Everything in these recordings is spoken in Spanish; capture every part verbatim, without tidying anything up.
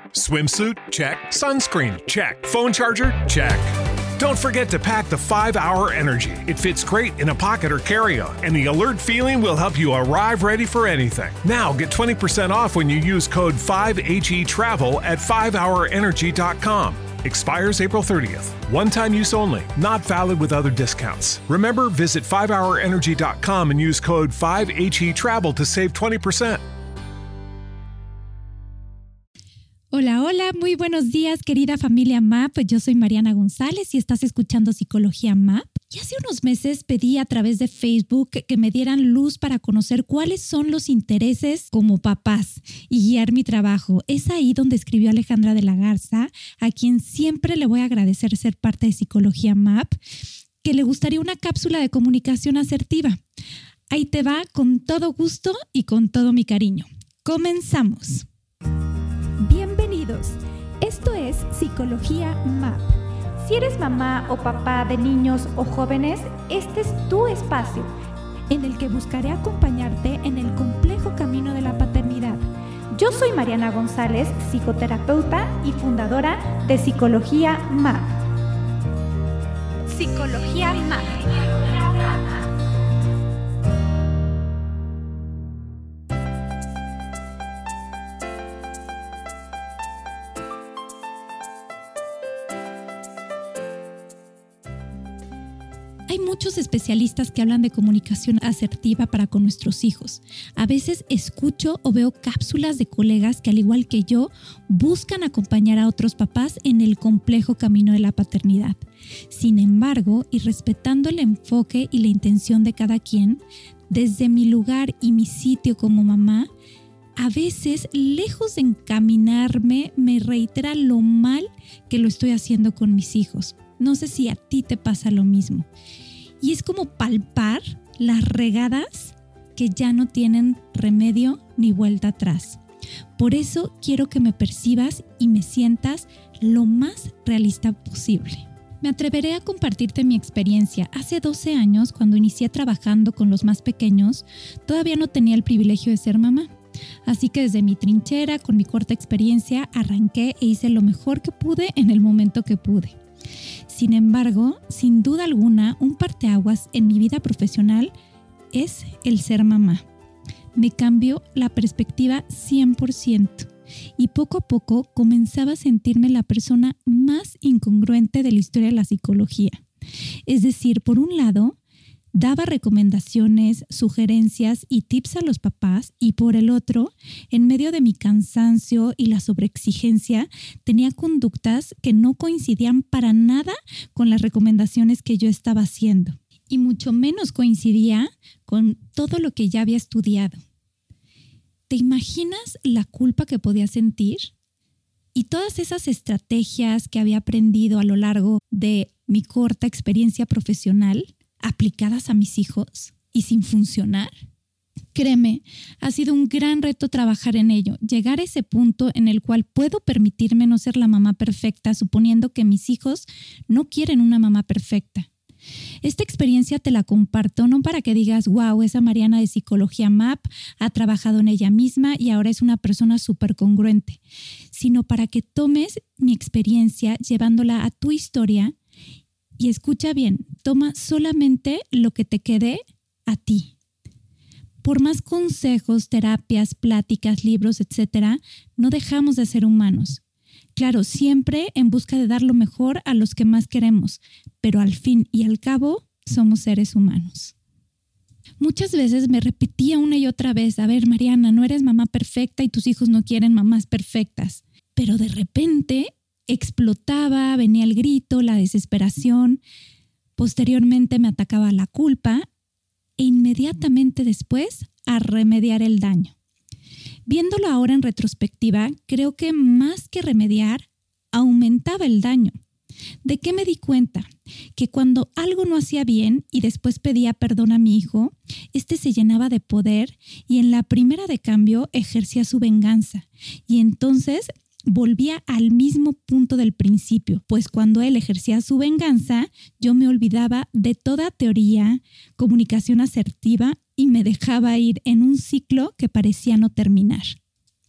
Swimsuit? Check. Sunscreen? Check. Phone charger? Check. Don't forget to pack the five hour Energy. It fits great in a pocket or carry-on, and the alert feeling will help you arrive ready for anything. Now get twenty percent off when you use code five H E travel at five hour energy dot com. Expires April thirtieth. One-time use only. Not valid with other discounts. Remember, visit five hour energy dot com and use code five H E travel to save twenty percent. Hola, hola, muy buenos días, querida familia M A P. Yo soy Mariana González y estás escuchando Psicología M A P. Y hace unos meses pedí a través de Facebook que me dieran luz para conocer cuáles son los intereses como papás y guiar mi trabajo. Es ahí donde escribió Alejandra de la Garza, a quien siempre le voy a agradecer ser parte de Psicología M A P, que le gustaría una cápsula de comunicación asertiva. Ahí te va, con todo gusto y con todo mi cariño. Comenzamos. Bienvenidos. Esto es Psicología M A P. Si eres mamá o papá de niños o jóvenes, este es tu espacio en el que buscaré acompañarte en el complejo camino de la paternidad. Yo soy Mariana González, psicoterapeuta y fundadora de Psicología M A P. Psicología M A P. Hay muchos especialistas que hablan de comunicación asertiva para con nuestros hijos. A veces escucho o veo cápsulas de colegas que, al igual que yo, buscan acompañar a otros papás en el complejo camino de la paternidad. Sin embargo, y respetando el enfoque y la intención de cada quien, desde mi lugar y mi sitio como mamá, a veces, lejos de encaminarme, me reitera lo mal que lo estoy haciendo con mis hijos. No sé si a ti te pasa lo mismo. Y es como palpar las regadas que ya no tienen remedio ni vuelta atrás. Por eso quiero que me percibas y me sientas lo más realista posible. Me atreveré a compartirte mi experiencia. Hace doce años, cuando inicié trabajando con los más pequeños, todavía no tenía el privilegio de ser mamá. Así que desde mi trinchera, con mi corta experiencia, arranqué e hice lo mejor que pude en el momento que pude. Sin embargo, sin duda alguna, un parteaguas en mi vida profesional es el ser mamá. Me cambió la perspectiva cien por ciento y poco a poco comenzaba a sentirme la persona más incongruente de la historia de la psicología. Es decir, por un lado, daba recomendaciones, sugerencias y tips a los papás, y por el otro, en medio de mi cansancio y la sobreexigencia, tenía conductas que no coincidían para nada con las recomendaciones que yo estaba haciendo, y mucho menos coincidía con todo lo que ya había estudiado. ¿Te imaginas la culpa que podía sentir? Y todas esas estrategias que había aprendido a lo largo de mi corta experiencia profesional, aplicadas a mis hijos y sin funcionar. Créeme, ha sido un gran reto trabajar en ello, llegar a ese punto en el cual puedo permitirme no ser la mamá perfecta, suponiendo que mis hijos no quieren una mamá perfecta. Esta experiencia te la comparto no para que digas, wow, esa Mariana de Psicología M A P ha trabajado en ella misma y ahora es una persona súper congruente, sino para que tomes mi experiencia llevándola a tu historia. Y escucha bien, toma solamente lo que te quede a ti. Por más consejos, terapias, pláticas, libros, etcétera, no dejamos de ser humanos. Claro, siempre en busca de dar lo mejor a los que más queremos, pero al fin y al cabo somos seres humanos. Muchas veces me repetía una y otra vez, a ver, Mariana, no eres mamá perfecta y tus hijos no quieren mamás perfectas. Pero de repente explotaba, venía el grito, la desesperación, posteriormente me atacaba la culpa e inmediatamente después a remediar el daño. Viéndolo ahora en retrospectiva, creo que más que remediar, aumentaba el daño. ¿De qué me di cuenta? Que cuando algo no hacía bien y después pedía perdón a mi hijo, este se llenaba de poder y en la primera de cambio ejercía su venganza. Y entonces volvía al mismo punto del principio, pues cuando él ejercía su venganza, yo me olvidaba de toda teoría, comunicación asertiva y me dejaba ir en un ciclo que parecía no terminar.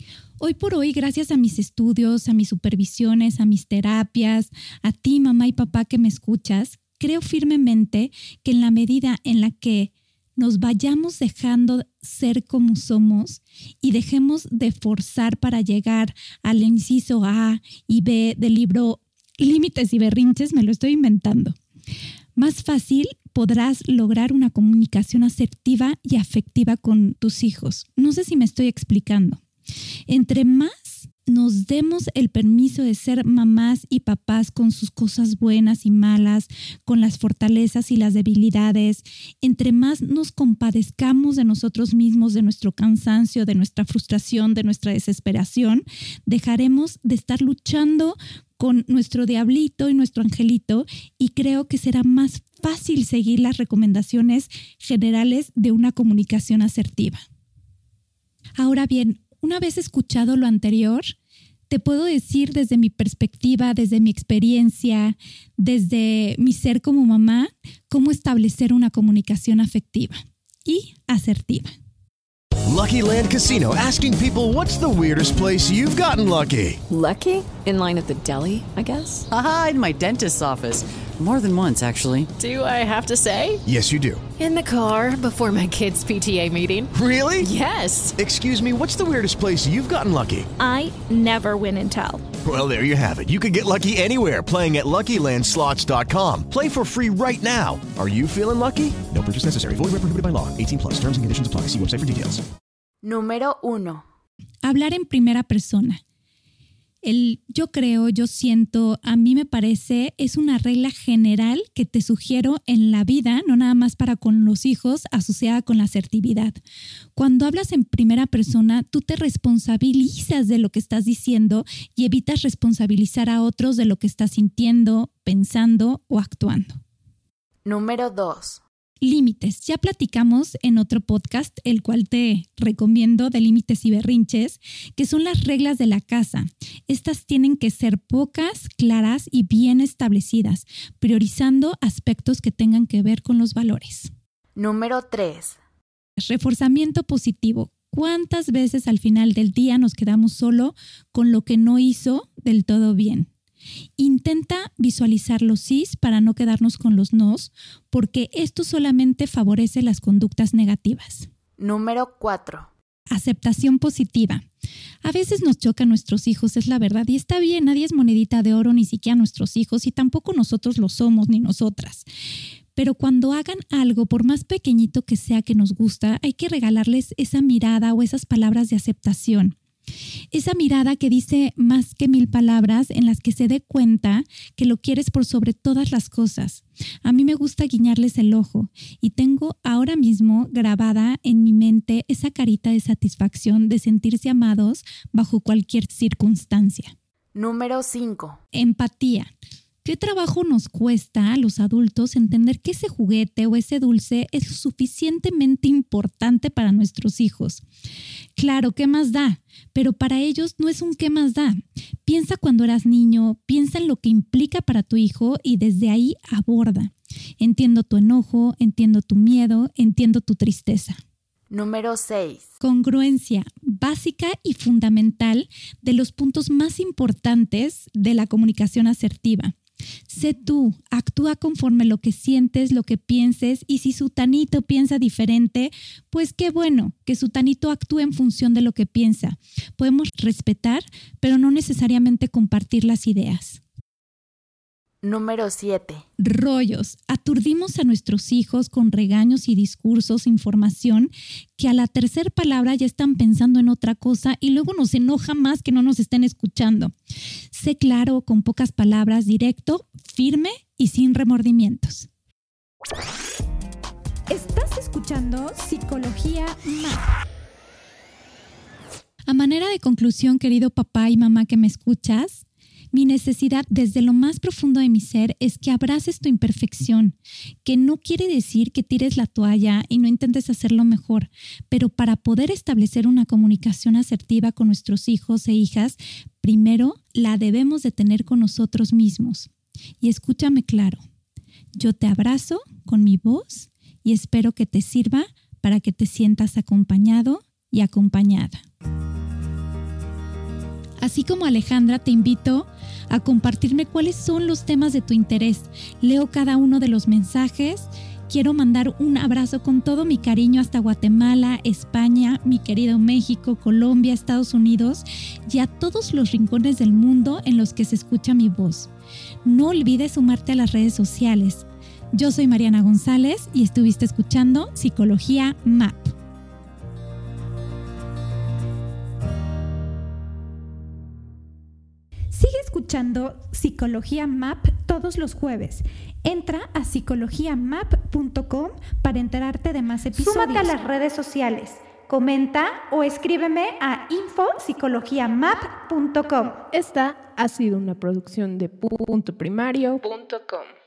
Hoy por hoy, gracias a mis estudios, a mis supervisiones, a mis terapias, a ti, mamá y papá que me escuchas, creo firmemente que en la medida en la que nos vayamos dejando ser como somos y dejemos de forzar para llegar al inciso A y B del libro Límites y Berrinches, me lo estoy inventando, más fácil podrás lograr una comunicación asertiva y afectiva con tus hijos. No sé si me estoy explicando. Entre más nos demos el permiso de ser mamás y papás con sus cosas buenas y malas, con las fortalezas y las debilidades, entre más nos compadezcamos de nosotros mismos, de nuestro cansancio, de nuestra frustración, de nuestra desesperación, dejaremos de estar luchando con nuestro diablito y nuestro angelito y creo que será más fácil seguir las recomendaciones generales de una comunicación asertiva. Ahora bien, una vez escuchado lo anterior, te puedo decir desde mi perspectiva, desde mi experiencia, desde mi ser como mamá, cómo establecer una comunicación afectiva y asertiva. Lucky Land Casino, asking people, what's the weirdest place you've gotten lucky? Lucky? In line at the deli, I guess? Aha, in my dentist's office. More than once, actually. Do I have to say? Yes, you do. In the car before my kids' P T A meeting. Really? Yes. Excuse me, what's the weirdest place you've gotten lucky? I never win and tell. Well, there you have it. You can get lucky anywhere, playing at Lucky Land Slots dot com. Play for free right now. Are you feeling lucky? No purchase necessary. Void where prohibited by law. eighteen plus. Terms and conditions apply. See website for details. Número uno. Hablar en primera persona. El yo creo, yo siento, a mí me parece, es una regla general que te sugiero en la vida, no nada más para con los hijos, asociada con la asertividad. Cuando hablas en primera persona, tú te responsabilizas de lo que estás diciendo y evitas responsabilizar a otros de lo que estás sintiendo, pensando o actuando. Número dos. Límites. Ya platicamos en otro podcast, el cual te recomiendo, de límites y berrinches, que son las reglas de la casa. Estas tienen que ser pocas, claras y bien establecidas, priorizando aspectos que tengan que ver con los valores. Número tres. Reforzamiento positivo. ¿Cuántas veces al final del día nos quedamos solo con lo que no hizo del todo bien? Intenta visualizar los sís para no quedarnos con los nos, porque esto solamente favorece las conductas negativas. Número cuatro. Aceptación positiva. A veces nos chocan nuestros hijos, es la verdad, y está bien, nadie es monedita de oro, ni siquiera nuestros hijos, y tampoco nosotros lo somos, ni nosotras. Pero cuando hagan algo, por más pequeñito que sea que nos gusta, hay que regalarles esa mirada o esas palabras de aceptación. Esa mirada que dice más que mil palabras, en las que se dé cuenta que lo quieres por sobre todas las cosas. A mí me gusta guiñarles el ojo y tengo ahora mismo grabada en mi mente esa carita de satisfacción de sentirse amados bajo cualquier circunstancia. Número cinco. Empatía. ¿Qué trabajo nos cuesta a los adultos entender que ese juguete o ese dulce es lo suficientemente importante para nuestros hijos? Claro, ¿qué más da? Pero para ellos no es un ¿qué más da? Piensa cuando eras niño, piensa en lo que implica para tu hijo y desde ahí aborda. Entiendo tu enojo, entiendo tu miedo, entiendo tu tristeza. Número seis. Congruencia, básica y fundamental de los puntos más importantes de la comunicación asertiva. Sé tú, actúa conforme lo que sientes, lo que pienses, y si sutanito piensa diferente, pues qué bueno que sutanito actúe en función de lo que piensa. Podemos respetar, pero no necesariamente compartir las ideas. Número siete. Rollos. Aturdimos a nuestros hijos con regaños y discursos, información, que a la tercera palabra ya están pensando en otra cosa y luego nos enoja más que no nos estén escuchando. Sé claro, con pocas palabras, directo, firme y sin remordimientos. Estás escuchando Psicología Más. A manera de conclusión, querido papá y mamá que me escuchas, mi necesidad desde lo más profundo de mi ser es que abraces tu imperfección, que no quiere decir que tires la toalla y no intentes hacerlo mejor, pero para poder establecer una comunicación asertiva con nuestros hijos e hijas, primero la debemos de tener con nosotros mismos. Y escúchame claro, yo te abrazo con mi voz y espero que te sirva para que te sientas acompañado y acompañada. Así como Alejandra, te invito a compartirme cuáles son los temas de tu interés. Leo cada uno de los mensajes. Quiero mandar un abrazo con todo mi cariño hasta Guatemala, España, mi querido México, Colombia, Estados Unidos y a todos los rincones del mundo en los que se escucha mi voz. No olvides sumarte a las redes sociales. Yo soy Mariana González y estuviste escuchando Psicología M A P. Sigue escuchando Psicología M A P todos los jueves. Entra a psicología map punto com para enterarte de más episodios. Súmate a las redes sociales, comenta o escríbeme a info psicología map punto com. Esta ha sido una producción de punto primario punto com.